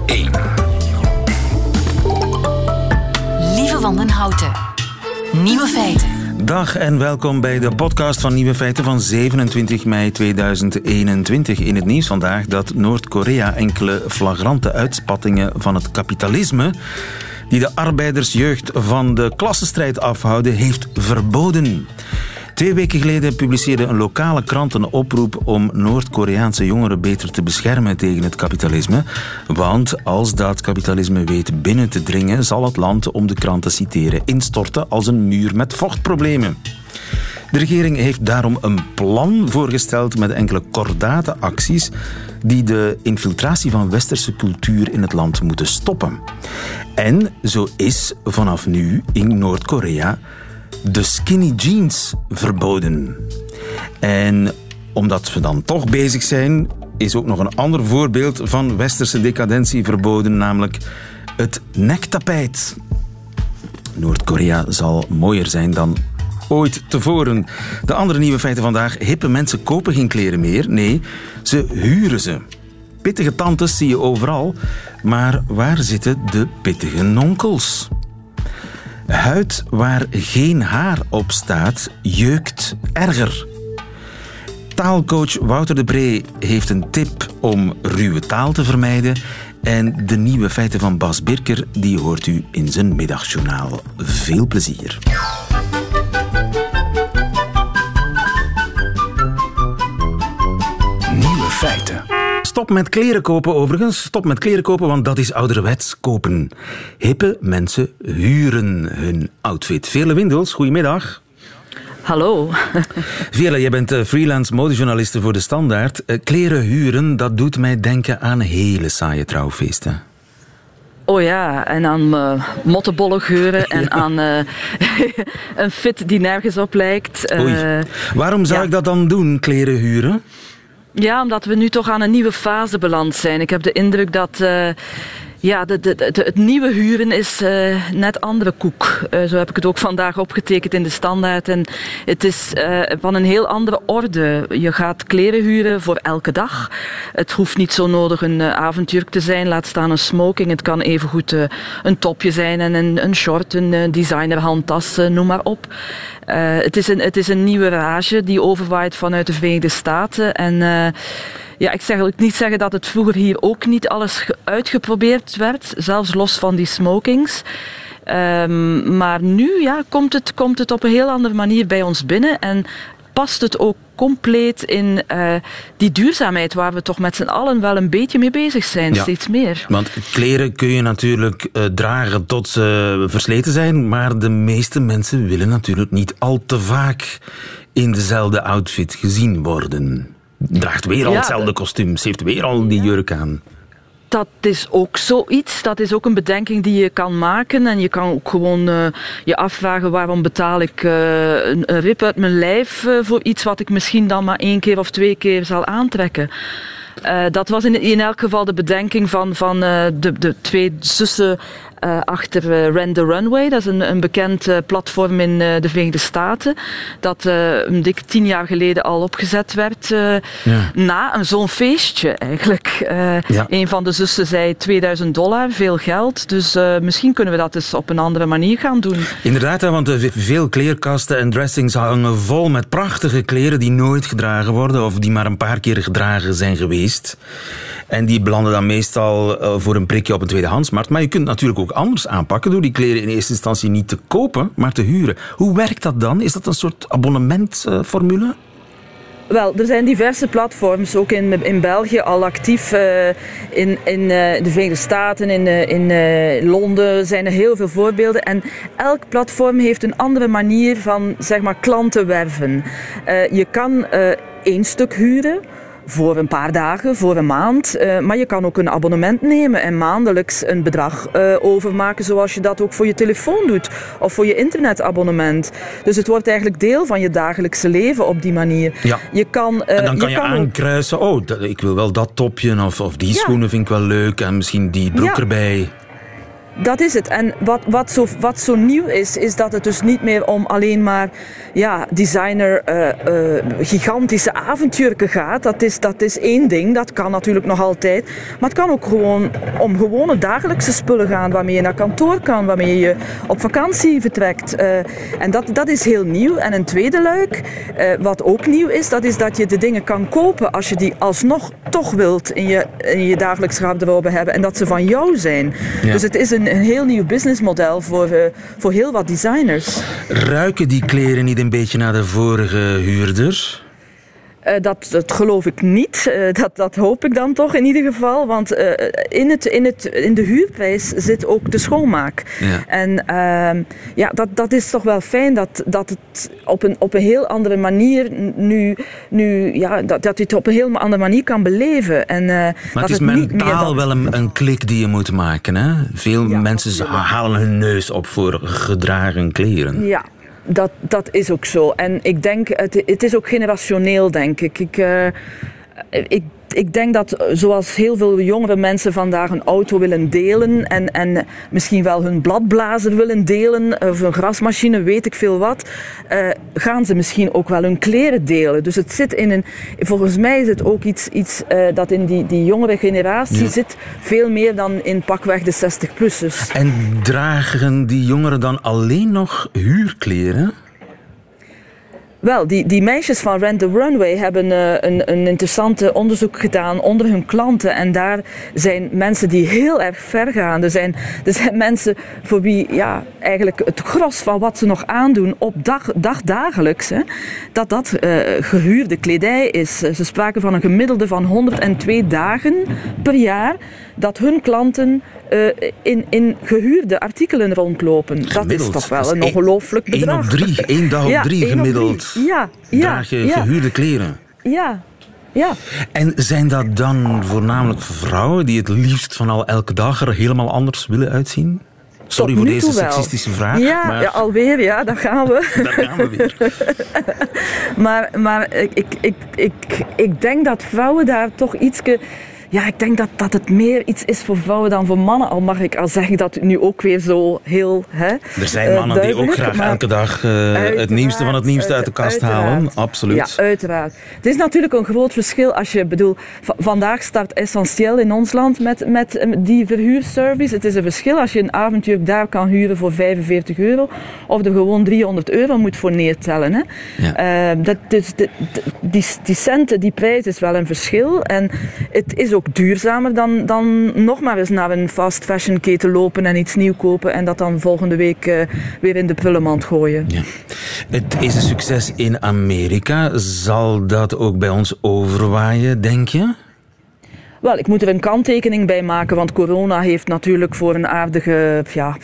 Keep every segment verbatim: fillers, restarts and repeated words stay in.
één. Lieve Wandenhouten. Nieuwe feiten. Dag en welkom bij de podcast van Nieuwe Feiten van zevenentwintig mei tweeduizend eenentwintig. In het nieuws vandaag dat Noord-Korea enkele flagrante uitspattingen van het kapitalisme die de arbeidersjeugd van de klassenstrijd afhouden, heeft verboden. Twee weken geleden publiceerde een lokale krant een oproep om Noord-Koreaanse jongeren beter te beschermen tegen het kapitalisme. Want als dat kapitalisme weet binnen te dringen, zal het land, om de krant te citeren, instorten als een muur met vochtproblemen. De regering heeft daarom een plan voorgesteld met enkele kordate acties die de infiltratie van westerse cultuur in het land moeten stoppen. En zo is vanaf nu in Noord-Korea de skinny jeans verboden. En omdat we dan toch bezig zijn, is ook nog een ander voorbeeld van westerse decadentie verboden, namelijk het nektapijt. Noord-Korea zal mooier zijn dan ooit tevoren. De andere nieuwe feiten vandaag: hippe mensen kopen geen kleren meer. Nee, ze huren ze. Pittige tantes zie je overal, maar waar zitten de pittige nonkels? Huid waar geen haar op staat, jeukt erger. Taalcoach Wouter de Bree heeft een tip om ruwe taal te vermijden. En de nieuwe feiten van Bas Birker, die hoort u in zijn middagjournaal. Veel plezier. Nieuwe feiten. Stop met kleren kopen overigens. Stop met kleren kopen, want dat is ouderwets kopen. Hippe mensen huren hun outfit. Veerle Windels, goedemiddag. Hallo. Veerle, jij bent freelance modejournaliste voor De Standaard. Kleren huren, dat doet mij denken aan hele saaie trouwfeesten. Oh ja, en aan uh, mottenbollen geuren en ja. aan uh, een fit die nergens op lijkt. Uh, Oei. Waarom zou ja. ik dat dan doen, kleren huren? Ja, omdat we nu toch aan een nieuwe fase beland zijn. Ik heb de indruk dat uh, ja, de, de, de, het nieuwe huren is uh, net andere koek. Uh, zo heb ik het ook vandaag opgetekend in De Standaard. En het is uh, van een heel andere orde. Je gaat kleren huren voor elke dag. Het hoeft niet zo nodig een uh, avondjurk te zijn, laat staan een smoking. Het kan evengoed uh, een topje zijn en een, een short, een uh, designer handtas, uh, noem maar op. Uh, het, is een, het is een nieuwe rage die overwaait vanuit de Verenigde Staten. En uh, ja, ik zeg, ik niet zeggen dat het vroeger hier ook niet alles uitgeprobeerd werd, zelfs los van die smokings. Um, maar nu ja, komt, het, komt het op een heel andere manier bij ons binnen en past het ook compleet in uh, die duurzaamheid waar we toch met z'n allen wel een beetje mee bezig zijn, ja. steeds meer. Want kleren kun je natuurlijk uh, dragen tot ze versleten zijn, maar de meeste mensen willen natuurlijk niet al te vaak in dezelfde outfit gezien worden. Draagt weer al ja, hetzelfde kostuum, ze heeft weer al die jurk aan. Dat is ook zoiets. Dat is ook een bedenking die je kan maken. En je kan ook gewoon uh, je afvragen waarom betaal ik uh, een, een rip uit mijn lijf uh, voor iets wat ik misschien dan maar één keer of twee keer zal aantrekken. Uh, dat was in, in elk geval de bedenking van, van uh, de, de twee zussen uh, achter uh, Rent the Runway. Dat is een, een bekend uh, platform in uh, de Verenigde Staten. Dat uh, een dik tien jaar geleden al opgezet werd. Uh, ja. Na een zo'n feestje eigenlijk. Uh, ja. Een van de zussen zei tweeduizend dollar, veel geld. Dus uh, misschien kunnen we dat eens op een andere manier gaan doen. Inderdaad, hè, want veel kleerkasten en dressings hangen vol met prachtige kleren die nooit gedragen worden of die maar een paar keer gedragen zijn geweest. En die belanden dan meestal uh, voor een prikje op een tweedehandsmarkt. Maar je kunt het natuurlijk ook anders aanpakken door die kleren in eerste instantie niet te kopen, maar te huren. Hoe werkt dat dan? Is dat een soort abonnementformule? Uh, Wel, er zijn diverse platforms, ook in, in België, al actief. Uh, in in uh, de Verenigde Staten, in, uh, in uh, Londen zijn er heel veel voorbeelden. En elk platform heeft een andere manier van, zeg maar, klanten werven. Uh, je kan uh, één stuk huren voor een paar dagen, voor een maand. Uh, maar je kan ook een abonnement nemen en maandelijks een bedrag uh, overmaken, zoals je dat ook voor je telefoon doet of voor je internetabonnement. Dus het wordt eigenlijk deel van je dagelijkse leven op die manier. Ja. Je kan, uh, en dan kan je, je kan aankruisen, oh, dat, ik wil wel dat topje of, of die schoenen ja. vind ik wel leuk en misschien die broek ja. erbij. dat is het. En wat, wat, zo, wat zo nieuw is, is dat het dus niet meer om alleen maar ja, designer uh, uh, gigantische avontuurken gaat. Dat is, dat is één ding, dat kan natuurlijk nog altijd. Maar het kan ook gewoon om gewone dagelijkse spullen gaan, waarmee je naar kantoor kan, waarmee je op vakantie vertrekt. Uh, en dat, dat is heel nieuw. En een tweede luik, uh, wat ook nieuw is, dat is dat je de dingen kan kopen als je die alsnog toch wilt in je, in je dagelijks garderobe hebben en dat ze van jou zijn. Ja. Dus het is een, een heel nieuw businessmodel voor, uh, voor heel wat designers. Ruiken die kleren niet een beetje naar de vorige huurder? Uh, dat, dat geloof ik niet. Uh, dat, dat hoop ik dan toch in ieder geval. Want uh, in, het, in, het, in de huurprijs zit ook de schoonmaak. Ja. En uh, ja, dat, dat is toch wel fijn dat, dat het op een, op een heel andere manier nu, nu ja, dat, dat je het op een heel andere manier kan beleven. En, uh, maar dat het is het mentaal dan... wel een, een klik die je moet maken. Hè? Veel ja, mensen halen hun neus op voor gedragen kleren. Ja. Dat, dat is ook zo. En ik denk, het, het is ook generationeel, denk ik. Ik, uh, ik, ik denk dat, zoals heel veel jongere mensen vandaag een auto willen delen en, en misschien wel hun bladblazer willen delen, of een grasmachine, weet ik veel wat, uh, gaan ze misschien ook wel hun kleren delen. Dus het zit in een... Volgens mij is het ook iets, iets uh, dat in die, die jongere generatie ja. zit, veel meer dan in pakweg de zestig-plussers. En dragen die jongeren dan alleen nog huurkleren? Wel, die, die meisjes van Rent the Runway hebben uh, een, een interessant onderzoek gedaan onder hun klanten. En daar zijn mensen die heel erg ver gaan. Er zijn, er zijn mensen voor wie ja, eigenlijk het gros van wat ze nog aandoen op dag, dagdagelijks, hè, dat dat uh, gehuurde kledij is. Ze spraken van een gemiddelde van honderdtwee dagen per jaar dat hun klanten uh, in, in gehuurde artikelen rondlopen. Gemiddeld. Dat is toch wel een ongelooflijk bedrag. Eén op drie, één dag op ja, drie gemiddeld. Drie. Ja, ja, draag je ja. gehuurde kleren. Ja, ja. En zijn dat dan voornamelijk vrouwen die het liefst van al elke dag er helemaal anders willen uitzien? Sorry voor deze seksistische vraag. Ja, maar... ja, alweer, ja, daar gaan we. Daar gaan we weer. maar maar ik, ik, ik, ik, ik denk dat vrouwen daar toch ietske... Ja, ik denk dat, dat het meer iets is voor vrouwen dan voor mannen. Al mag ik al zeggen dat nu ook weer zo heel... Hè, er zijn mannen uh, die ook graag elke dag uh, het nieuwste van het nieuwste uit de kast uiteraard. halen. Absoluut. Ja, uiteraard. Het is natuurlijk een groot verschil als je... bedoel, v- vandaag start Essentieel in ons land met, met die verhuurservice. Het is een verschil als je een avontuur daar kan huren voor vijfenveertig euro. Of er gewoon driehonderd euro moet voor neertellen. Hè. Ja. Uh, dat, dus, de, de, die, die centen, die prijs is wel een verschil. En het is ook duurzamer dan, dan nog maar eens naar een fast fashion keten lopen en iets nieuw kopen en dat dan volgende week uh, weer in de prullenmand gooien. Ja. Het is een succes in Amerika. Zal dat ook bij ons overwaaien, denk je? Wel, ik moet er een kanttekening bij maken, want corona heeft natuurlijk voor een aardige ja,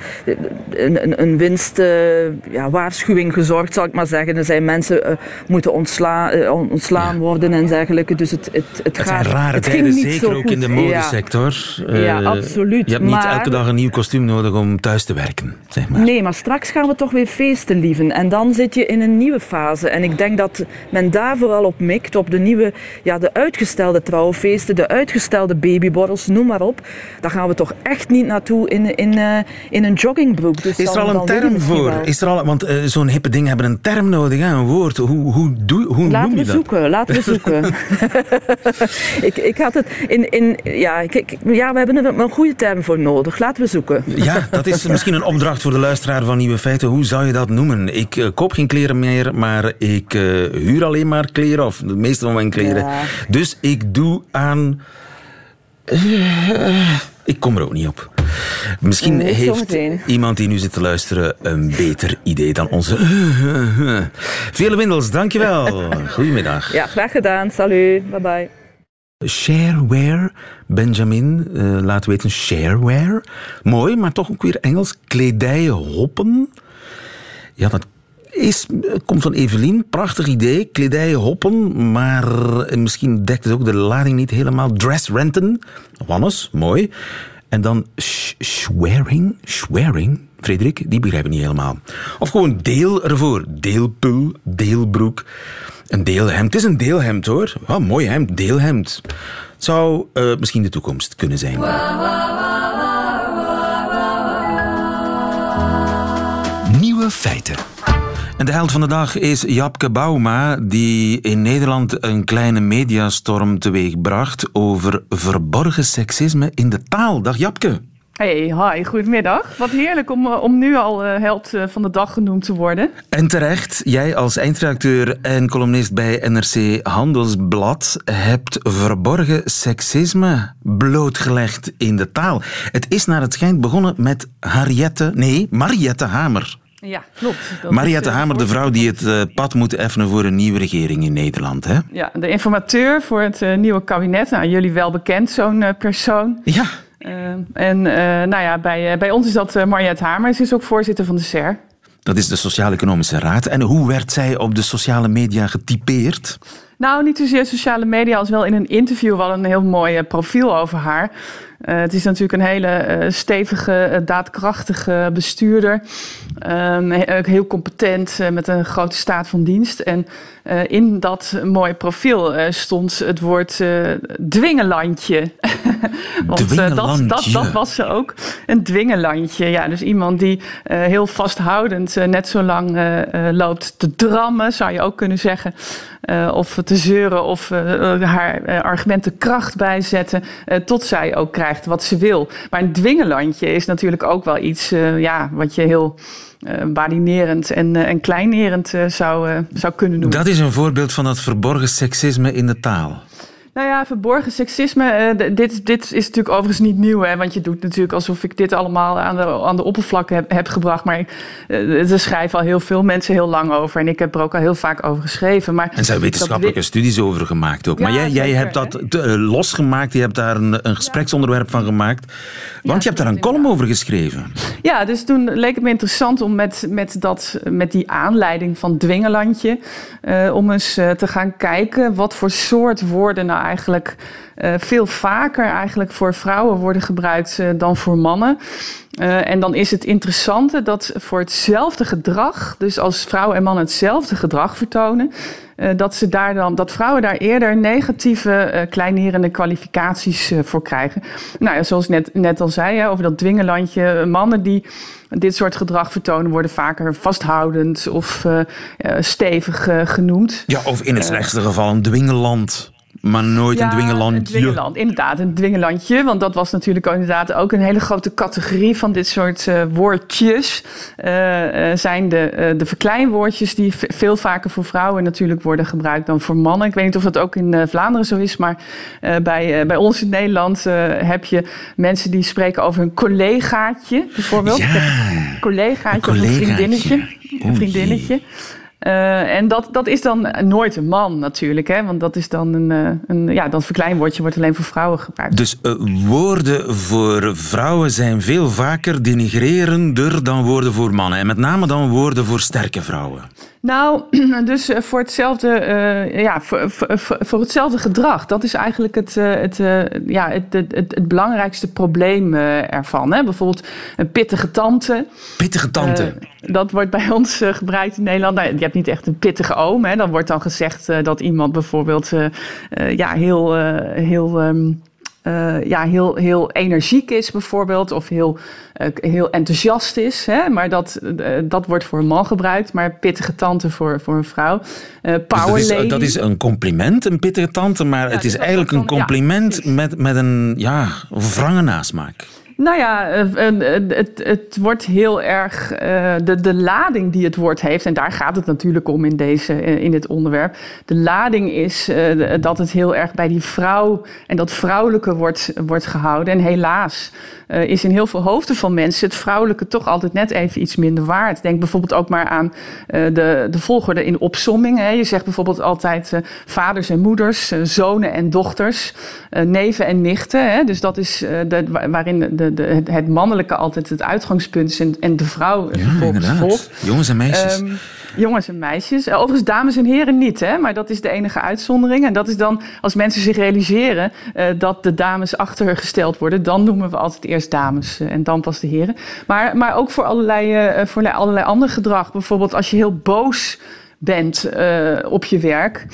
een, een winstwaarschuwing ja, gezorgd, zal ik maar zeggen. Er zijn mensen uh, moeten ontsla, uh, ontslaan ja. worden en dergelijke. Dus het, het, het, het gaat, zijn rare het tijden, zeker ook goed. in de modesector. Ja, uh, ja absoluut. Je hebt niet maar, elke dag een nieuw kostuum nodig om thuis te werken, zeg maar. Nee, maar straks gaan we toch weer feesten, lieven. En dan zit je in een nieuwe fase. En ik denk dat men daar vooral op mikt, op de nieuwe, ja, de uitgestelde trouwfeesten, de uitgestelde babyborrels, noem maar op. Daar gaan we toch echt niet naartoe in, in, uh, in een joggingbroek. Dus is er dan, al een term voor? Is er al, want uh, zo'n hippe dingen hebben een term nodig, hè? Een woord. Hoe, hoe, doe, hoe laten noem je we dat? Zoeken, laten we zoeken. ik, ik had het in... in ja, ik, ja, we hebben er een goede term voor nodig. Laten we zoeken. Ja, dat is misschien een opdracht voor de luisteraar van Nieuwe Feiten. Hoe zou je dat noemen? Ik uh, koop geen kleren meer, maar ik uh, huur alleen maar kleren. Of de meeste van mijn kleren. Ja. Dus ik doe aan... Uh, ik kom er ook niet op. Misschien nee, heeft iemand die nu zit te luisteren een beter idee dan onze... Veerle Windels, dankjewel. Goedemiddag. Ja, graag gedaan. Salut. Bye bye. Shareware, Benjamin, uh, laat weten, shareware. Mooi, maar toch ook weer Engels. Kledijhoppen. Ja, dat is, komt van Evelien. Prachtig idee. Kledijhoppen, maar misschien dekt het ook de lading niet helemaal. Dressrenten. Wannes, mooi. En dan sh- swearing. Swearing. Frederik, die begrijpen niet helemaal. Of gewoon deel ervoor. Deelpul, deelbroek. Een deelhemd. Het is een deelhemd, hoor. Oh, mooi hemd, deelhemd. Het zou uh, misschien de toekomst kunnen zijn. Nieuwe feiten. En de held van de dag is Japke Bouma, die in Nederland een kleine mediastorm teweegbracht over verborgen seksisme in de taal. Dag Japke. Hey, hi, goedemiddag. Wat heerlijk om, om nu al uh, held uh, van de dag genoemd te worden. En terecht, jij als eindredacteur en columnist bij N R C Handelsblad hebt verborgen seksisme blootgelegd in de taal. Het is naar het schijnt begonnen met Harriette, nee, Mariette Hamer. Ja, klopt. Mariette is, uh, Hamer, de vrouw die het uh, pad moet effenen voor een nieuwe regering in Nederland, hè? Ja, de informateur voor het uh, nieuwe kabinet. Nou, jullie wel bekend, zo'n uh, persoon. Ja. Uh, en uh, nou ja, bij, uh, bij ons is dat uh, Mariette Hamer. Ze is ook voorzitter van de S E R. Dat is de Sociaal-Economische Raad. En hoe werd zij op de sociale media getypeerd? Nou, niet zozeer sociale media als wel in een interview. We hadden een heel mooi uh, profiel over haar. Uh, het is natuurlijk een hele uh, stevige, uh, daadkrachtige bestuurder. Um, he- heel competent, uh, met een grote staat van dienst. En uh, in dat mooie profiel uh, stond het woord uh, dwingelandje. Want uh, dat, dat, dat was ze ook, een dwingelandje. Ja, dus iemand die uh, heel vasthoudend uh, net zo lang uh, uh, loopt te drammen, zou je ook kunnen zeggen. Uh, of te zeuren of uh, haar uh, argumenten kracht bijzetten, uh, tot zij ook krijgt wat ze wil. Maar een dwingelandje is natuurlijk ook wel iets uh, ja, wat je heel uh, badinerend en, uh, en kleinerend uh, zou, uh, zou kunnen noemen. Dat is een voorbeeld van dat verborgen seksisme in de taal. Nou ja, verborgen seksisme, uh, dit, dit is natuurlijk overigens niet nieuw. Hè, want je doet natuurlijk alsof ik dit allemaal aan de, aan de oppervlakte heb, heb gebracht. Maar uh, er schrijven al heel veel mensen heel lang over. En ik heb er ook al heel vaak over geschreven. Maar en zijn wetenschappelijke dat... studies over gemaakt ook. Ja, maar jij, jij zeker, hebt dat te, uh, losgemaakt. Je hebt daar een, een gespreksonderwerp van gemaakt. Want ja, je hebt daar een column over geschreven. Ja, dus toen leek het me interessant om met, met, dat, met die aanleiding van dwingelandje... Uh, om eens uh, te gaan kijken wat voor soort woorden nou eigenlijk uh, veel vaker eigenlijk voor vrouwen worden gebruikt uh, dan voor mannen. Uh, en dan is het interessante dat voor hetzelfde gedrag, dus als vrouwen en mannen hetzelfde gedrag vertonen, uh, dat, ze daar dan, dat vrouwen daar eerder negatieve, uh, kleinerende kwalificaties uh, voor krijgen. Nou ja, zoals ik net, net al zei, hè, over dat dwingelandje, mannen die dit soort gedrag vertonen worden vaker vasthoudend of uh, uh, stevig uh, genoemd. Ja, of in het slechtste uh, geval een dwingeland. Maar nooit ja, een dwingelandje. Een dwingeland, inderdaad, een dwingelandje. Want dat was natuurlijk ook inderdaad ook een hele grote categorie van dit soort uh, woordjes. Uh, uh, zijn de, uh, de verkleinwoordjes die v- veel vaker voor vrouwen natuurlijk worden gebruikt dan voor mannen. Ik weet niet of dat ook in uh, Vlaanderen zo is, maar uh, bij, uh, bij ons in Nederland uh, heb je mensen die spreken over een collegaatje, bijvoorbeeld. Ja, een collegaatje, een collegaatje. Of een vriendinnetje. Een vriendinnetje. Uh, en dat, dat is dan nooit een man natuurlijk, hè? Want dat is dan een, uh, een ja, dat verkleinwoordje wordt alleen voor vrouwen gebruikt. Dus uh, woorden voor vrouwen zijn veel vaker denigrerender dan woorden voor mannen. En met name dan woorden voor sterke vrouwen. Nou, dus voor hetzelfde, uh, ja, voor, voor, voor hetzelfde gedrag. Dat is eigenlijk het, uh, het, uh, ja, het, het, het, het belangrijkste probleem uh, ervan. Hè? Bijvoorbeeld een pittige tante. Pittige tante. Uh, dat wordt bij ons uh, gebruikt in Nederland. Nou, je hebt niet echt een pittige oom. Hè? Dan wordt dan gezegd uh, dat iemand bijvoorbeeld uh, uh, ja, heel... Uh, heel um, Uh, ja, heel, heel energiek is bijvoorbeeld, of heel, uh, heel enthousiast is. Hè? Maar dat, uh, dat wordt voor een man gebruikt, maar pittige tante voor, voor een vrouw. Uh, power dus dat, lady. is, dat is een compliment, een pittige tante, maar ja, het is eigenlijk een compliment ja, met, met een ja, wrange nasmaak. Nou ja, het, het wordt heel erg... De, de lading die het woord heeft... en daar gaat het natuurlijk om in, deze, in dit onderwerp... de lading is dat het heel erg bij die vrouw... en dat vrouwelijke wordt, wordt gehouden. En helaas is in heel veel hoofden van mensen... het vrouwelijke toch altijd net even iets minder waard. Denk bijvoorbeeld ook maar aan de, de volgorde in opsomming. Hè. Je zegt bijvoorbeeld altijd vaders en moeders... zonen en dochters, neven en nichten. Hè. Dus dat is de, waarin... de De, het mannelijke altijd het uitgangspunt is en, en de vrouw ja, vervolgens volgt. Jongens en meisjes. Um, jongens en meisjes. Overigens dames en heren niet, hè? Maar dat is de enige uitzondering. En dat is dan, als mensen zich realiseren uh, dat de dames achtergesteld worden... dan noemen we altijd eerst dames uh, en dan pas de heren. Maar, maar ook voor allerlei, uh, voor allerlei ander gedrag. Bijvoorbeeld als je heel boos bent uh, op je werk...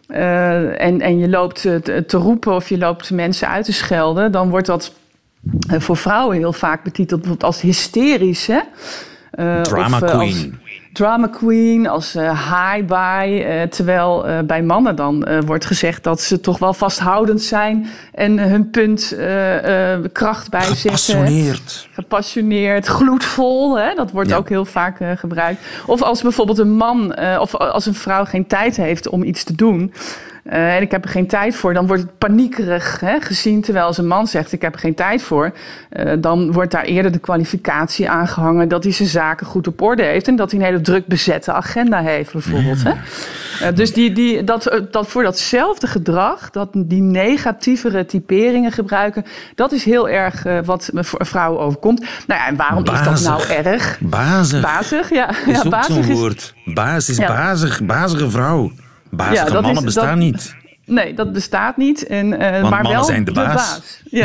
Uh, en, en je loopt uh, te, te roepen of je loopt mensen uit te schelden... dan wordt dat... voor vrouwen heel vaak betiteld als hysterisch. Hè? Uh, Drama of, uh, queen. Als drama queen, als uh, high buy. Uh, terwijl uh, bij mannen dan uh, wordt gezegd dat ze toch wel vasthoudend zijn en uh, hun punt uh, uh, kracht bijzetten. Gepassioneerd. Gepassioneerd, gloedvol. Hè? Dat wordt ja. ook heel vaak uh, gebruikt. Of als bijvoorbeeld een man uh, of als een vrouw geen tijd heeft om iets te doen. Uh, en ik heb er geen tijd voor, dan wordt het paniekerig hè, gezien. Terwijl als een man zegt, ik heb er geen tijd voor, uh, dan wordt daar eerder de kwalificatie aangehangen dat hij zijn zaken goed op orde heeft en dat hij een hele druk bezette agenda heeft, bijvoorbeeld. Hè. Uh, dus die, die, dat, dat voor datzelfde gedrag, dat die negatievere typeringen gebruiken, dat is heel erg uh, wat vrouwen overkomt. Nou ja, en waarom bazig. Is dat nou erg? Bazig. Bazig, ja. Is ja ook bazig zo'n is, woord. Baas is ja. bazig, bazige vrouw. Bazige ja, dat mannen is, bestaan dat, niet. Nee, dat bestaat niet. En, uh, Want maar mannen wel zijn de baas. De baas. Ja.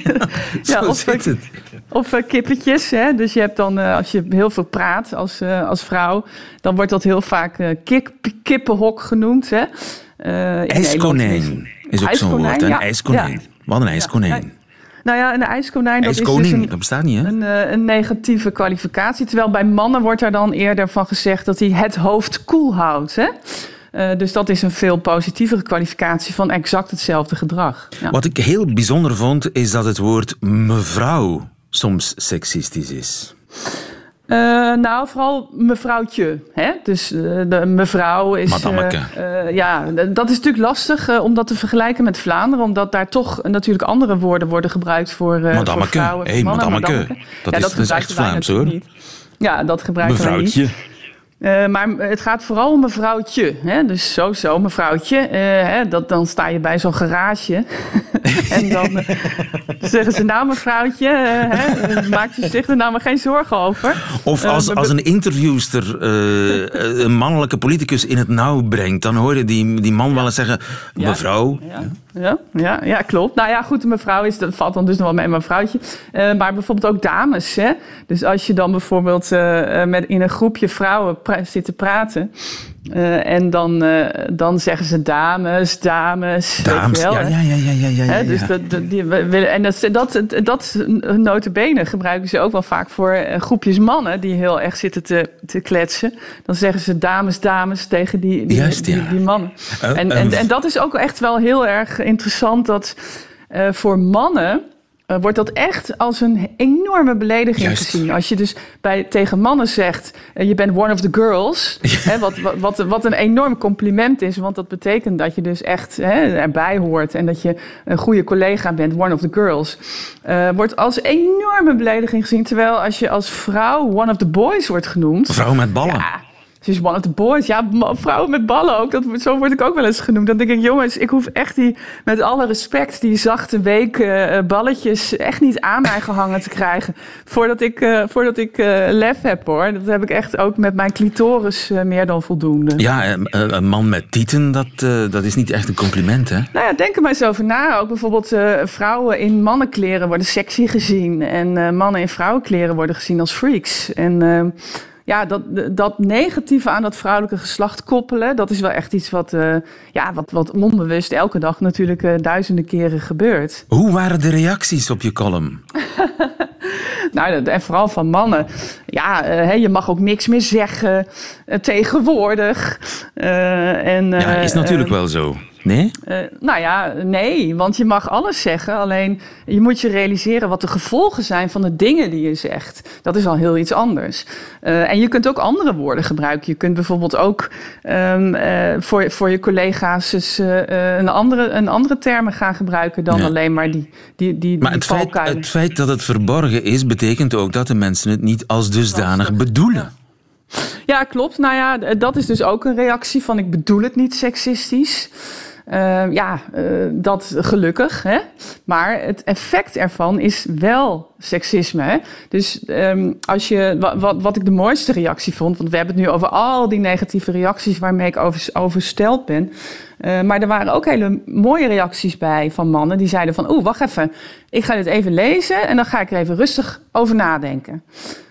ja, of, zit het. Of uh, kippetjes. Hè? Dus je hebt dan, uh, als je heel veel praat als, uh, als vrouw, dan wordt dat heel vaak uh, kip, kippenhok genoemd. Hè? Uh, ijskonijn is ook zo'n woord. Een ja. ijskonijn. Ja. Wat een ijskonijn. Ja. Nou ja, een ijskonijn, dat IJskoning, is dus een, dat bestaat niet, hè? Een, een negatieve kwalificatie. Terwijl bij mannen wordt er dan eerder van gezegd dat hij het hoofd koel houdt. Hè? Uh, dus dat is een veel positievere kwalificatie van exact hetzelfde gedrag. Ja. Wat ik heel bijzonder vond, is dat het woord mevrouw soms seksistisch is. Uh, nou, vooral mevrouwtje. Hè? Dus uh, de mevrouw is... Madammeke. Uh, uh, ja, dat is natuurlijk lastig uh, om dat te vergelijken met Vlaanderen. Omdat daar toch uh, natuurlijk andere woorden worden gebruikt voor, uh, voor vrouwen. Hé, hey, madammeke. Dat, ja, dat, is, dat is echt Vlaams, hoor. Niet. Ja, dat gebruiken Mevrouwtje. wij niet. Uh, maar het gaat vooral om mevrouwtje. Hè? Dus zo, zo, mevrouwtje. Uh, hè? Dat, dan sta je bij zo'n garage. en dan uh, zeggen ze, nou mevrouwtje, uh, hè? Maak je zich er nou maar geen zorgen over. Of als, uh, als een interviewster uh, een mannelijke politicus in het nauw brengt, dan hoor je die, die man wel eens zeggen, mevrouw. Ja, ja, ja, ja, ja, klopt. Nou ja, goed, mevrouw is, dat valt dan dus nog wel mee, mevrouwtje. Uh, maar bijvoorbeeld ook dames. Hè? Dus als je dan bijvoorbeeld uh, met, in een groepje vrouwen zitten praten. Uh, en dan, uh, dan zeggen ze dames, dames. Dames, weet je wel, ja, ja, ja, ja, ja, ja, ja. He, dus dat, dat, die, en dat, dat, dat nota bene gebruiken ze ook wel vaak voor uh, groepjes mannen die heel erg zitten te, te kletsen. Dan zeggen ze dames, dames tegen die, die, Juist, die, ja. die, die mannen. Uh, en, uh, en, en dat is ook echt wel heel erg interessant dat uh, voor mannen Uh, wordt dat echt als een enorme belediging Juist. gezien. Als je dus bij, tegen mannen zegt, uh, je bent one of the girls. Ja. Hè, wat, wat, wat een enorm compliment is. Want dat betekent dat je dus echt hè, erbij hoort. En dat je een goede collega bent, one of the girls. Uh, wordt als enorme belediging gezien. Terwijl als je als vrouw one of the boys wordt genoemd. Vrouw met ballen. Ja, ze is one of the boys. Ja, vrouwen met ballen ook. Dat, zo word ik ook wel eens genoemd. Dan denk ik, jongens, ik hoef echt die, met alle respect, die zachte, week uh, balletjes echt niet aan mij gehangen te krijgen. Voordat ik, uh, voordat ik uh, lef heb, hoor. Dat heb ik echt ook met mijn clitoris uh, meer dan voldoende. Ja, uh, een man met tieten, dat, uh, dat is niet echt een compliment, hè? Nou ja, denk er maar eens over na. Ook bijvoorbeeld uh, vrouwen in mannenkleren worden sexy gezien. En uh, mannen in vrouwenkleren worden gezien als freaks. En Uh, Ja, dat, dat negatieve aan dat vrouwelijke geslacht koppelen, dat is wel echt iets wat, uh, ja, wat, wat onbewust elke dag natuurlijk uh, duizenden keren gebeurt. Hoe waren de reacties op je column? Nou, en vooral van mannen. Ja, uh, je mag ook niks meer zeggen uh, tegenwoordig. Uh, en, uh, ja, is natuurlijk uh, wel zo. Nee? Uh, nou ja, nee, want je mag alles zeggen. Alleen je moet je realiseren wat de gevolgen zijn van de dingen die je zegt. Dat is al heel iets anders. Uh, en je kunt ook andere woorden gebruiken. Je kunt bijvoorbeeld ook um, uh, voor, voor je collega's dus, uh, een, andere, een andere termen gaan gebruiken dan ja. alleen maar die, die, die, maar die het feit, het feit dat het verborgen is, betekent ook dat de mensen het niet als dusdanig bedoelen. Ja. Ja, klopt. Nou ja, dat is dus ook een reactie van ik bedoel het niet seksistisch. Uh, ja, uh, dat gelukkig. Hè? Maar het effect ervan is wel seksisme. Hè? Dus um, als je, wat, wat ik de mooiste reactie vond, want we hebben het nu over al die negatieve reacties waarmee ik over, oversteld ben. Uh, maar er waren ook hele mooie reacties bij van mannen die zeiden van, oeh, wacht even, ik ga dit even lezen en dan ga ik er even rustig over nadenken.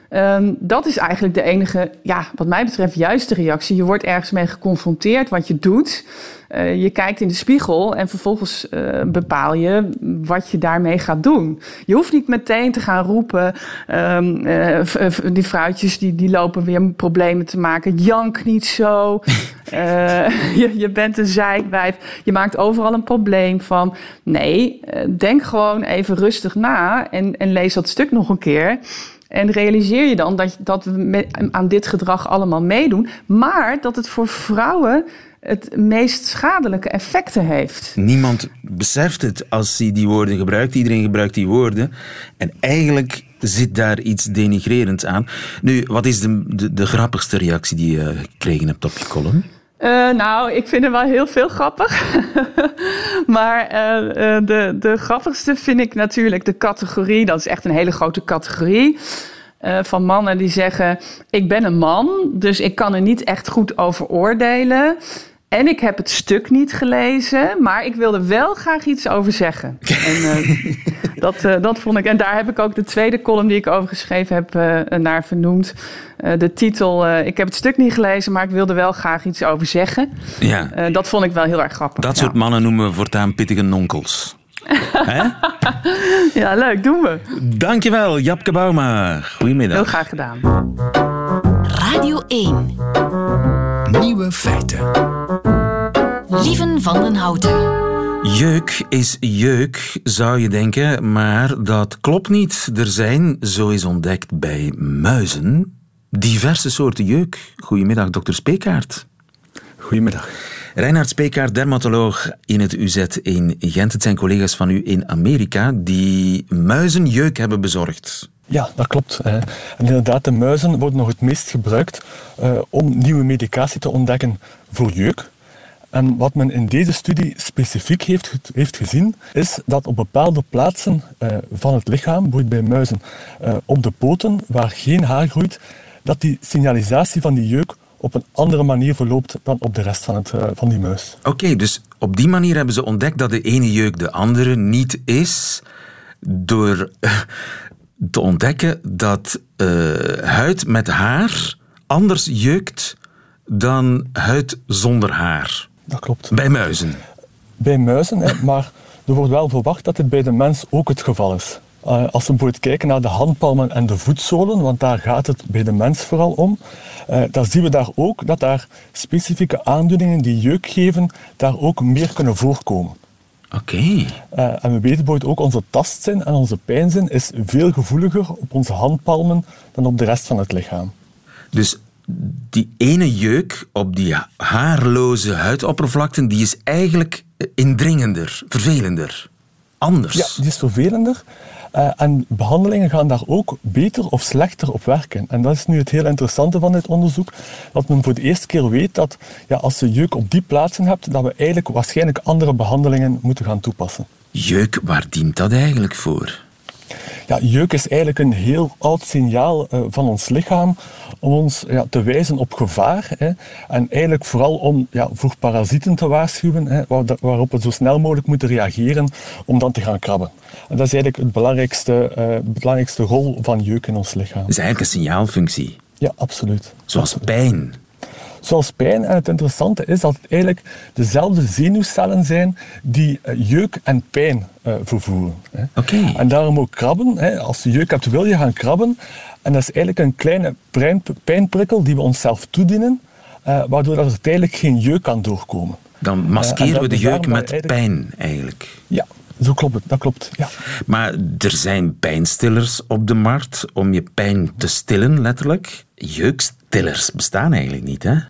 Um, dat is eigenlijk de enige, ja, wat mij betreft, juiste reactie. Je wordt ergens mee geconfronteerd wat je doet. Uh, je kijkt in de spiegel en vervolgens uh, bepaal je wat je daarmee gaat doen. Je hoeft niet meteen te gaan roepen. Um, uh, v- die vrouwtjes die, die lopen weer problemen te maken. Jank niet zo. Uh, je, je bent een zeikwijf. Je maakt overal een probleem van. Nee, uh, denk gewoon even rustig na en, en lees dat stuk nog een keer. En realiseer je dan dat, dat we met, aan dit gedrag allemaal meedoen. Maar dat het voor vrouwen het meest schadelijke effecten heeft. Niemand beseft het als hij die woorden gebruikt. Iedereen gebruikt die woorden. En eigenlijk zit daar iets denigrerends aan. Nu, wat is de, de, de grappigste reactie die je gekregen hebt op je column? Uh, nou, ik vind er wel heel veel grappig. maar uh, uh, de, de grappigste vind ik natuurlijk de categorie. Dat is echt een hele grote categorie. Uh, van mannen die zeggen, ik ben een man, dus ik kan er niet echt goed over oordelen. En ik heb het stuk niet gelezen, maar ik wilde wel graag iets over zeggen. En, uh, dat, uh, dat vond ik. En daar heb ik ook de tweede column die ik over geschreven heb uh, naar vernoemd. Uh, de titel, uh, ik heb het stuk niet gelezen, maar ik wilde wel graag iets over zeggen. Ja. Uh, dat vond ik wel heel erg grappig. Dat ja. soort mannen noemen we voortaan pittige nonkels. Ja, leuk, doen we. Dankjewel, Japke Bouma. Goedemiddag. Heel graag gedaan. Radio één. Nieuwe feiten. Lieven van den Houten. Jeuk is jeuk, zou je denken, maar dat klopt niet. Er zijn, zo is ontdekt bij muizen, diverse soorten jeuk. Goedemiddag, dokter Speekaert. Goedemiddag. Reinhard Speekaert, dermatoloog in het U Z in Gent. Het zijn collega's van u in Amerika die muizenjeuk hebben bezorgd. Ja, dat klopt. En inderdaad, de muizen worden nog het meest gebruikt uh, om nieuwe medicatie te ontdekken voor jeuk. En wat men in deze studie specifiek heeft, heeft gezien, is dat op bepaalde plaatsen uh, van het lichaam, bijvoorbeeld bij muizen, uh, op de poten, waar geen haar groeit, dat die signalisatie van die jeuk op een andere manier verloopt dan op de rest van, het, uh, van die muis. Oké, okay, dus op die manier hebben ze ontdekt dat de ene jeuk de andere niet is, door uh, te ontdekken dat uh, huid met haar anders jeukt dan huid zonder haar. Dat klopt. Bij muizen. Bij muizen, hè, maar er wordt wel verwacht dat dit bij de mens ook het geval is. Uh, als we bijvoorbeeld kijken naar de handpalmen en de voetzolen, want daar gaat het bij de mens vooral om, uh, dan zien we daar ook dat daar specifieke aandoeningen die jeuk geven, daar ook meer kunnen voorkomen. Oké. Okay. Uh, en we weten bijvoorbeeld ook onze tastzin en onze pijnzin is veel gevoeliger op onze handpalmen dan op de rest van het lichaam. Dus die ene jeuk op die haarloze huidoppervlakten, die is eigenlijk indringender, vervelender, anders. Ja, die is vervelender. Uh, en behandelingen gaan daar ook beter of slechter op werken. En dat is nu het heel interessante van dit onderzoek. Dat men voor de eerste keer weet dat ja, als je jeuk op die plaatsen hebt, dat we eigenlijk waarschijnlijk andere behandelingen moeten gaan toepassen. Jeuk, waar dient dat eigenlijk voor? Ja, jeuk is eigenlijk een heel oud signaal uh, van ons lichaam om ons ja, te wijzen op gevaar. Hè. En eigenlijk vooral om ja, voor parasieten te waarschuwen, hè, waar, waarop we zo snel mogelijk moeten reageren om dan te gaan krabben. En dat is eigenlijk het belangrijkste, uh, de belangrijkste rol van jeuk in ons lichaam. Het is eigenlijk een signaalfunctie. Ja, absoluut. Zoals absoluut. pijn. Zoals pijn. En het interessante is dat het eigenlijk dezelfde zenuwcellen zijn die jeuk en pijn uh, vervoeren. Oké. Okay. En daarom ook krabben. Hè. Als je jeuk hebt, wil je gaan krabben. En dat is eigenlijk een kleine pijnprikkel die we onszelf toedienen, uh, waardoor er uiteindelijk geen jeuk kan doorkomen. Dan maskeren uh, we de jeuk met eigenlijk... pijn, eigenlijk. Ja. Zo klopt het, dat klopt, ja. Maar er zijn pijnstillers op de markt om je pijn te stillen, letterlijk. Jeukstillers bestaan eigenlijk niet, hè?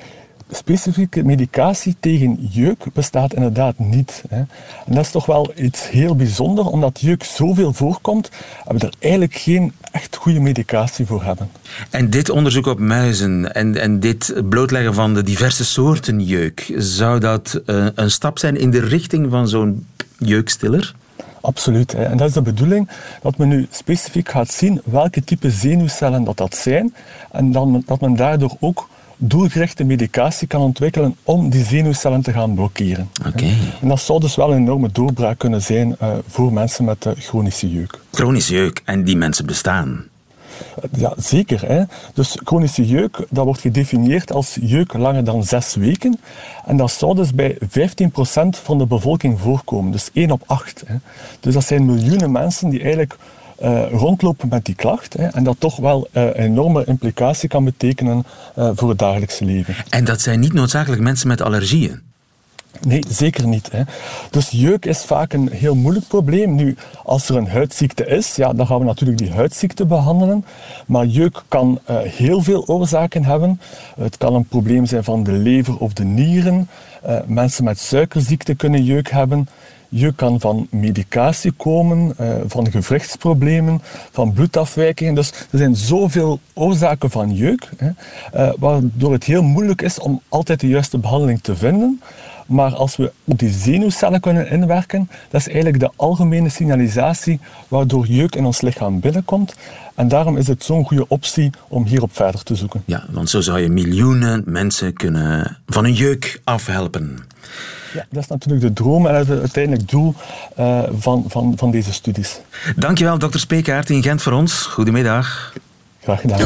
Specifieke medicatie tegen jeuk bestaat inderdaad niet. Hè. En dat is toch wel iets heel bijzonders, omdat jeuk zoveel voorkomt, en we er eigenlijk geen echt goede medicatie voor hebben. En dit onderzoek op muizen en, en dit blootleggen van de diverse soorten jeuk, zou dat uh, een stap zijn in de richting van zo'n jeukstiller? Absoluut. Hè. En dat is de bedoeling, dat men nu specifiek gaat zien welke type zenuwcellen dat, dat zijn, en dan, dat men daardoor ook doelgerichte medicatie kan ontwikkelen om die zenuwcellen te gaan blokkeren. Okay. En dat zou dus wel een enorme doorbraak kunnen zijn uh, voor mensen met uh, chronische jeuk. Chronische jeuk, en die mensen bestaan? Ja, zeker. Hè. Dus chronische jeuk, dat wordt gedefinieerd als jeuk langer dan zes weken. En dat zou dus bij vijftien procent van de bevolking voorkomen. Dus één op acht. Hè. Dus dat zijn miljoenen mensen die eigenlijk uh, rondlopen met die klacht. Hè, en dat toch wel uh, een enorme implicatie kan betekenen uh, voor het dagelijkse leven. En dat zijn niet noodzakelijk mensen met allergieën? Nee, zeker niet. Hè. Dus jeuk is vaak een heel moeilijk probleem. Nu, als er een huidziekte is, ja, dan gaan we natuurlijk die huidziekte behandelen. Maar jeuk kan uh, heel veel oorzaken hebben. Het kan een probleem zijn van de lever of de nieren. Uh, mensen met suikerziekte kunnen jeuk hebben. Jeuk kan van medicatie komen, uh, van gewrichtsproblemen, van bloedafwijkingen. Dus er zijn zoveel oorzaken van jeuk, hè, uh, waardoor het heel moeilijk is om altijd de juiste behandeling te vinden. Maar als we op die zenuwcellen kunnen inwerken, dat is eigenlijk de algemene signalisatie waardoor jeuk in ons lichaam binnenkomt. En daarom is het zo'n goede optie om hierop verder te zoeken. Ja, want zo zou je miljoenen mensen kunnen van een jeuk afhelpen. Ja, dat is natuurlijk de droom en het uiteindelijk doel uh, van, van, van deze studies. Dankjewel, dokter Speekaert in Gent voor ons. Goedemiddag. Graag gedaan.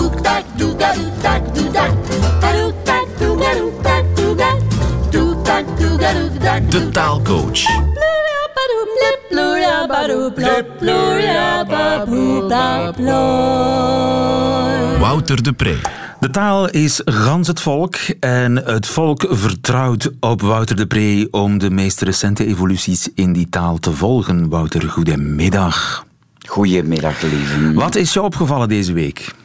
De taalcoach. Wouter de Pre. De taal is gans het volk en het volk vertrouwt op Wouter de Pre om de meest recente evoluties in die taal te volgen. Wouter, goedemiddag. Goedemiddag, lieve. Wat is je opgevallen deze week?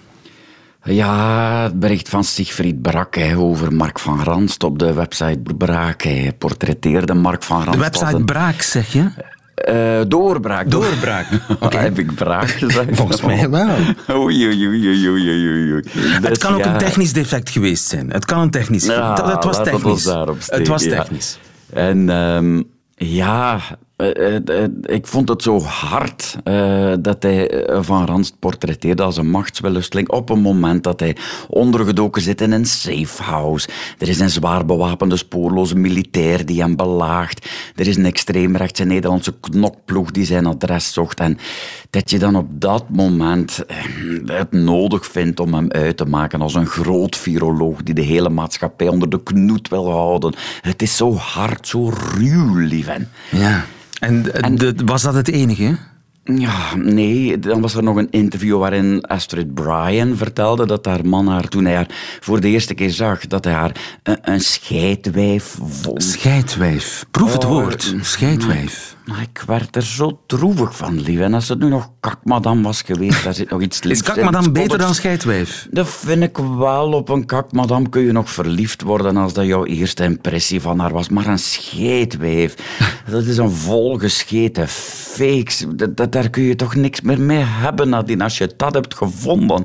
Ja, het bericht van Siegfried Braak hè, over Mark van Ranst op de website Braak. Hij portretteerde Mark van Ranst. De website een... Braak, zeg je? Uh, doorbraak. Doorbraak. Okay. Heb ik Braak gezegd? Volgens mij wel. Oei, oei, oei, oei, oei, oei. Het dus kan ook ja. een technisch defect geweest zijn. Het kan een technisch... Ja, het, het was technisch. Het was technisch. Ja. En um, ja... Uh, uh, uh, ik vond het zo hard uh, dat hij Van Ranst portretteerde als een machtswellusteling op een moment dat hij ondergedoken zit in een safehouse. Er is een zwaar bewapende spoorloze militair die hem belaagt. Er is een extreemrechtse Nederlandse knokploeg die zijn adres zocht. En dat je dan op dat moment uh, het nodig vindt om hem uit te maken als een groot viroloog die de hele maatschappij onder de knoet wil houden. Het is zo hard, zo ruw, lieven. Ja. En, en de, was dat het enige? Ja, nee. Dan was er nog een interview waarin Astrid Bryan vertelde dat haar man haar, toen hij haar voor de eerste keer zag, dat hij haar een, een scheidwijf vond. Scheidwijf. Proef het oh, woord. Scheidwijf. Maar ik werd er zo droevig van, lief. En als het nu nog kakmadam was geweest, daar zit nog iets liefs in. Is kakmadam beter dan scheidwijf? Dat vind ik wel. Op een kakmadam kun je nog verliefd worden als dat jouw eerste impressie van haar was. Maar een scheidwijf, dat is een volgescheten fakes. Dat, dat, daar kun je toch niks meer mee hebben, Nadine, als je dat hebt gevonden.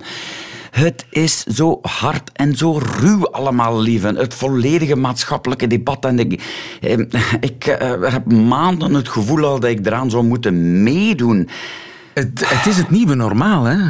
Het is zo hard en zo ruw allemaal, lieven. Het volledige maatschappelijke debat. En ik, eh, ik eh, heb maanden het gevoel al dat ik eraan zou moeten meedoen. Het, het is het nieuwe normaal, hè?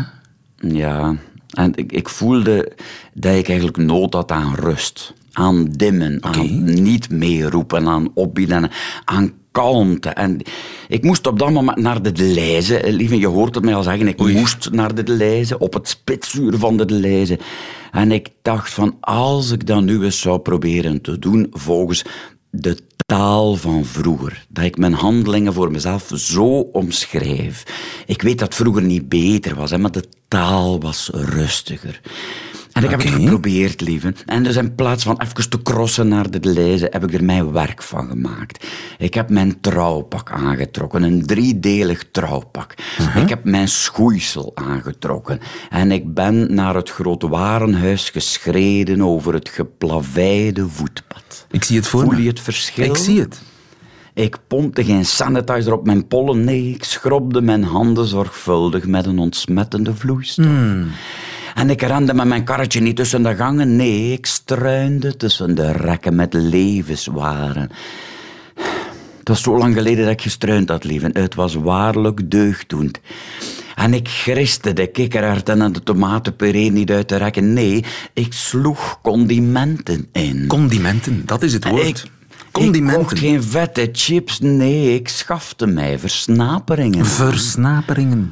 Ja, en ik, ik voelde dat ik eigenlijk nood had aan rust. Aan dimmen, okay. Aan niet meeroepen, aan opbieden, aan kalmte. En ik moest op dat moment naar de Leize. Lieve, je hoort het mij al zeggen. Ik Oei. moest naar de Leize, op het spitsuur van de Leize. En ik dacht van, als ik dat nu eens zou proberen te doen volgens de taal van vroeger. Dat ik mijn handelingen voor mezelf zo omschrijf. Ik weet dat het vroeger niet beter was, hè, maar de taal was rustiger. En ik okay. heb het geprobeerd, lieve. En dus in plaats van even te crossen naar de Leize, heb ik er mijn werk van gemaakt. Ik heb mijn trouwpak aangetrokken, een driedelig trouwpak. Uh-huh. Ik heb mijn schoeisel aangetrokken. En ik ben naar het grote warenhuis geschreden over het geplaveide voetpad. Ik zie het voor Voel me. je het verschil? Ik zie het. Ik pompte geen sanitizer op mijn pollen, nee, ik schrobde mijn handen zorgvuldig met een ontsmettende vloeistof. Mm. En ik rende met mijn karretje niet tussen de gangen. Nee, ik struinde tussen de rekken met levenswaren. Het was zo lang geleden dat ik gestruind had, lieve. Het was waarlijk deugddoend. En ik griste de kikkererwten en de tomatenpuree niet uit de rekken. Nee, ik sloeg condimenten in. Condimenten, dat is het woord. Ik, Condimenten. Ik kocht geen vette chips. Nee, ik schafte mij versnaperingen. Versnaperingen.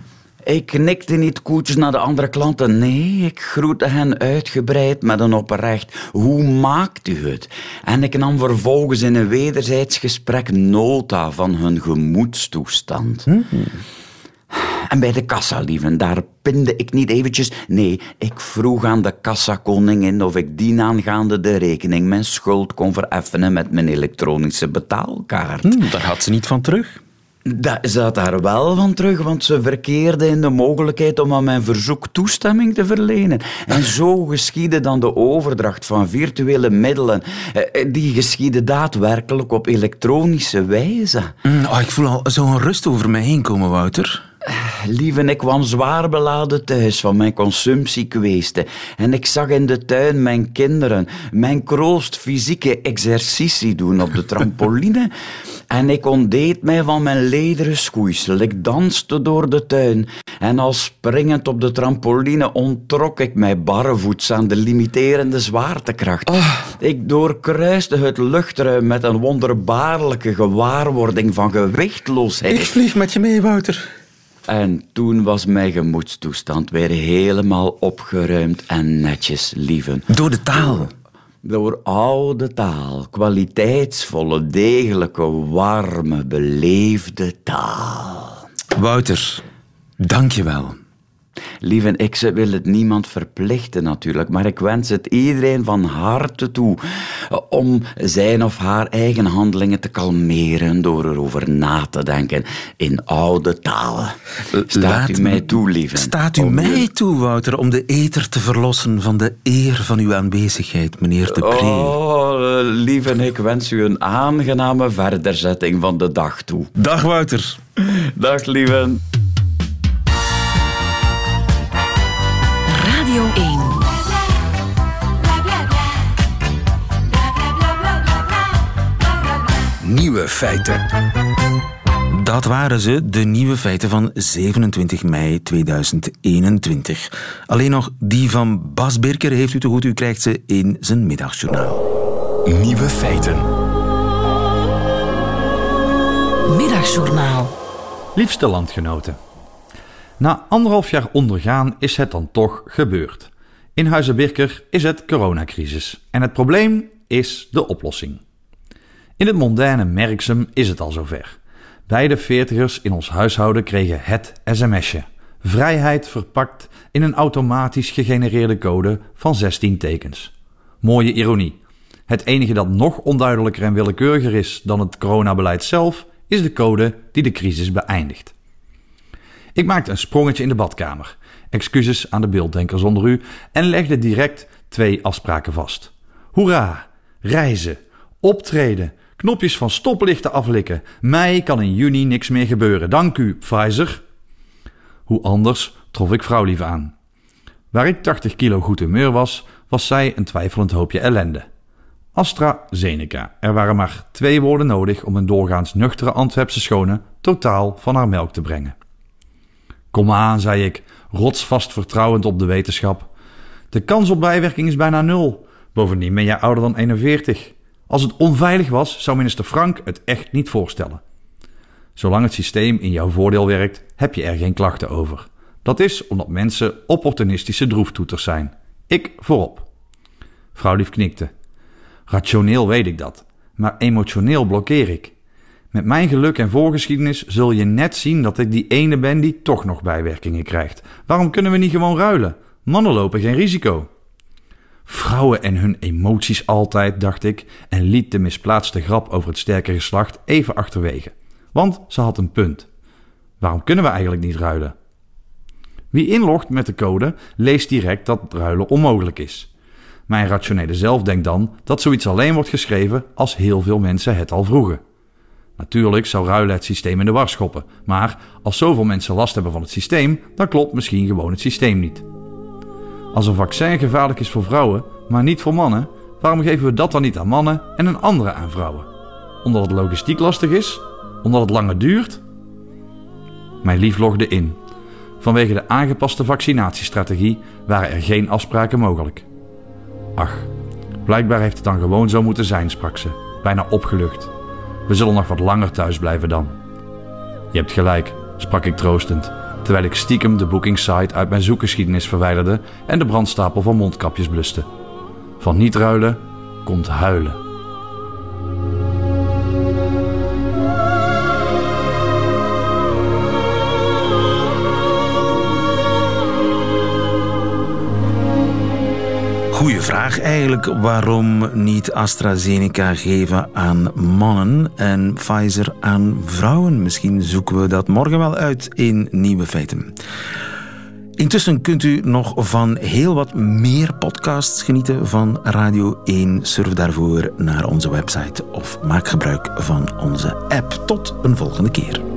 Ik knikte niet koetjes naar de andere klanten. Nee, ik groette hen uitgebreid met een oprecht. Hoe maakt u het? En ik nam vervolgens in een wederzijds gesprek nota van hun gemoedstoestand. Hmm. En bij de kassa, lieven, daar pinde ik niet eventjes. Nee, ik vroeg aan de kassakoningin of ik dienaangaande de rekening mijn schuld kon vereffenen met mijn elektronische betaalkaart. Hmm, daar had ze niet van terug. Dat zat daar wel van terug, want ze verkeerde in de mogelijkheid om aan mijn verzoek toestemming te verlenen. En zo geschiedde dan de overdracht van virtuele middelen. Die geschiedde daadwerkelijk op elektronische wijze. Mm, oh, ik voel al zo'n rust over mij heen komen, Wouter. Lieve, ik kwam zwaar beladen thuis van mijn consumptiekweesten. En ik zag in de tuin mijn kinderen mijn kroost fysieke exercitie doen op de trampoline. En ik ontdeed mij van mijn lederen schoeisel. Ik danste door de tuin. En al springend op de trampoline onttrok ik mij barrevoets aan de limiterende zwaartekracht. Oh. Ik doorkruiste het luchtruim met een wonderbaarlijke gewaarwording van gewichtloosheid. Ik vlieg met je mee, Wouter. En toen was mijn gemoedstoestand weer helemaal opgeruimd en netjes, lieven. Door de taal? Door oude taal. Kwaliteitsvolle, degelijke, warme, beleefde taal. Wouter, dank je wel. Lieven, ik wil het niemand verplichten natuurlijk, maar ik wens het iedereen van harte toe om zijn of haar eigen handelingen te kalmeren door erover na te denken in oude taal. Staat Laat u mij toe, lieven. Staat u mij toe, Wouter, om de ether te verlossen van de eer van uw aanwezigheid, meneer de Pre. Oh, lieven, ik wens u een aangename verderzetting van de dag toe. Dag, Wouter. Dag, lieven. Radio één. Nieuwe feiten. Dat waren ze, de nieuwe feiten van zevenentwintig mei tweeduizend eenentwintig. Alleen nog die van Bas Birker heeft u te goed, u krijgt ze in zijn middagjournaal. Nieuwe feiten. Middagjournaal. Liefste landgenoten. Na anderhalf jaar ondergaan is het dan toch gebeurd. In Huize Birker is het coronacrisis. En het probleem is de oplossing. In het mondaine Merksem is het al zover. Beide veertigers in ons huishouden kregen het sms'je. Vrijheid verpakt in een automatisch gegenereerde code van zestien tekens. Mooie ironie. Het enige dat nog onduidelijker en willekeuriger is dan het coronabeleid zelf, is de code die de crisis beëindigt. Ik maakte een sprongetje in de badkamer. Excuses aan de beelddenkers onder u en legde direct twee afspraken vast. Hoera! Reizen, optreden, knopjes van stoplichten aflikken. Mij kan in juni niks meer gebeuren. Dank u, Pfizer. Hoe anders trof ik vrouwlief aan. Waar ik tachtig kilo goed humeur was, was zij een twijfelend hoopje ellende. AstraZeneca. Er waren maar twee woorden nodig om een doorgaans nuchtere Antwerpse schone totaal van haar melk te brengen. Kom aan, zei ik, rotsvast vertrouwend op de wetenschap. De kans op bijwerking is bijna nul. Bovendien ben jij ouder dan eenenveertig. Als het onveilig was, zou minister Frank het echt niet voorstellen. Zolang het systeem in jouw voordeel werkt, heb je er geen klachten over. Dat is omdat mensen opportunistische droeftoeters zijn. Ik voorop. Vrouwlief knikte. Rationeel weet ik dat, maar emotioneel blokkeer ik. Met mijn geluk en voorgeschiedenis zul je net zien dat ik die ene ben die toch nog bijwerkingen krijgt. Waarom kunnen we niet gewoon ruilen? Mannen lopen geen risico. Vrouwen en hun emoties altijd, dacht ik, en liet de misplaatste grap over het sterke geslacht even achterwege. Want ze had een punt. Waarom kunnen we eigenlijk niet ruilen? Wie inlogt met de code, leest direct dat ruilen onmogelijk is. Mijn rationele zelf denkt dan dat zoiets alleen wordt geschreven als heel veel mensen het al vroegen. Natuurlijk zou ruilen het systeem in de war schoppen, maar als zoveel mensen last hebben van het systeem, dan klopt misschien gewoon het systeem niet. Als een vaccin gevaarlijk is voor vrouwen, maar niet voor mannen, waarom geven we dat dan niet aan mannen en een andere aan vrouwen? Omdat het logistiek lastig is? Omdat het langer duurt? Mijn lief logde in. Vanwege de aangepaste vaccinatiestrategie waren er geen afspraken mogelijk. Ach, blijkbaar heeft het dan gewoon zo moeten zijn, sprak ze, bijna opgelucht. We zullen nog wat langer thuis blijven dan. Je hebt gelijk, sprak ik troostend. terwijl ik stiekem de bookingsite uit mijn zoekgeschiedenis verwijderde en de brandstapel van mondkapjes bluste. Van niet ruilen komt huilen. Goeie vraag eigenlijk. Waarom niet AstraZeneca geven aan mannen en Pfizer aan vrouwen? Misschien zoeken we dat morgen wel uit in Nieuwe Feiten. Intussen kunt u nog van heel wat meer podcasts genieten van Radio één. Surf daarvoor naar onze website of maak gebruik van onze app. Tot een volgende keer.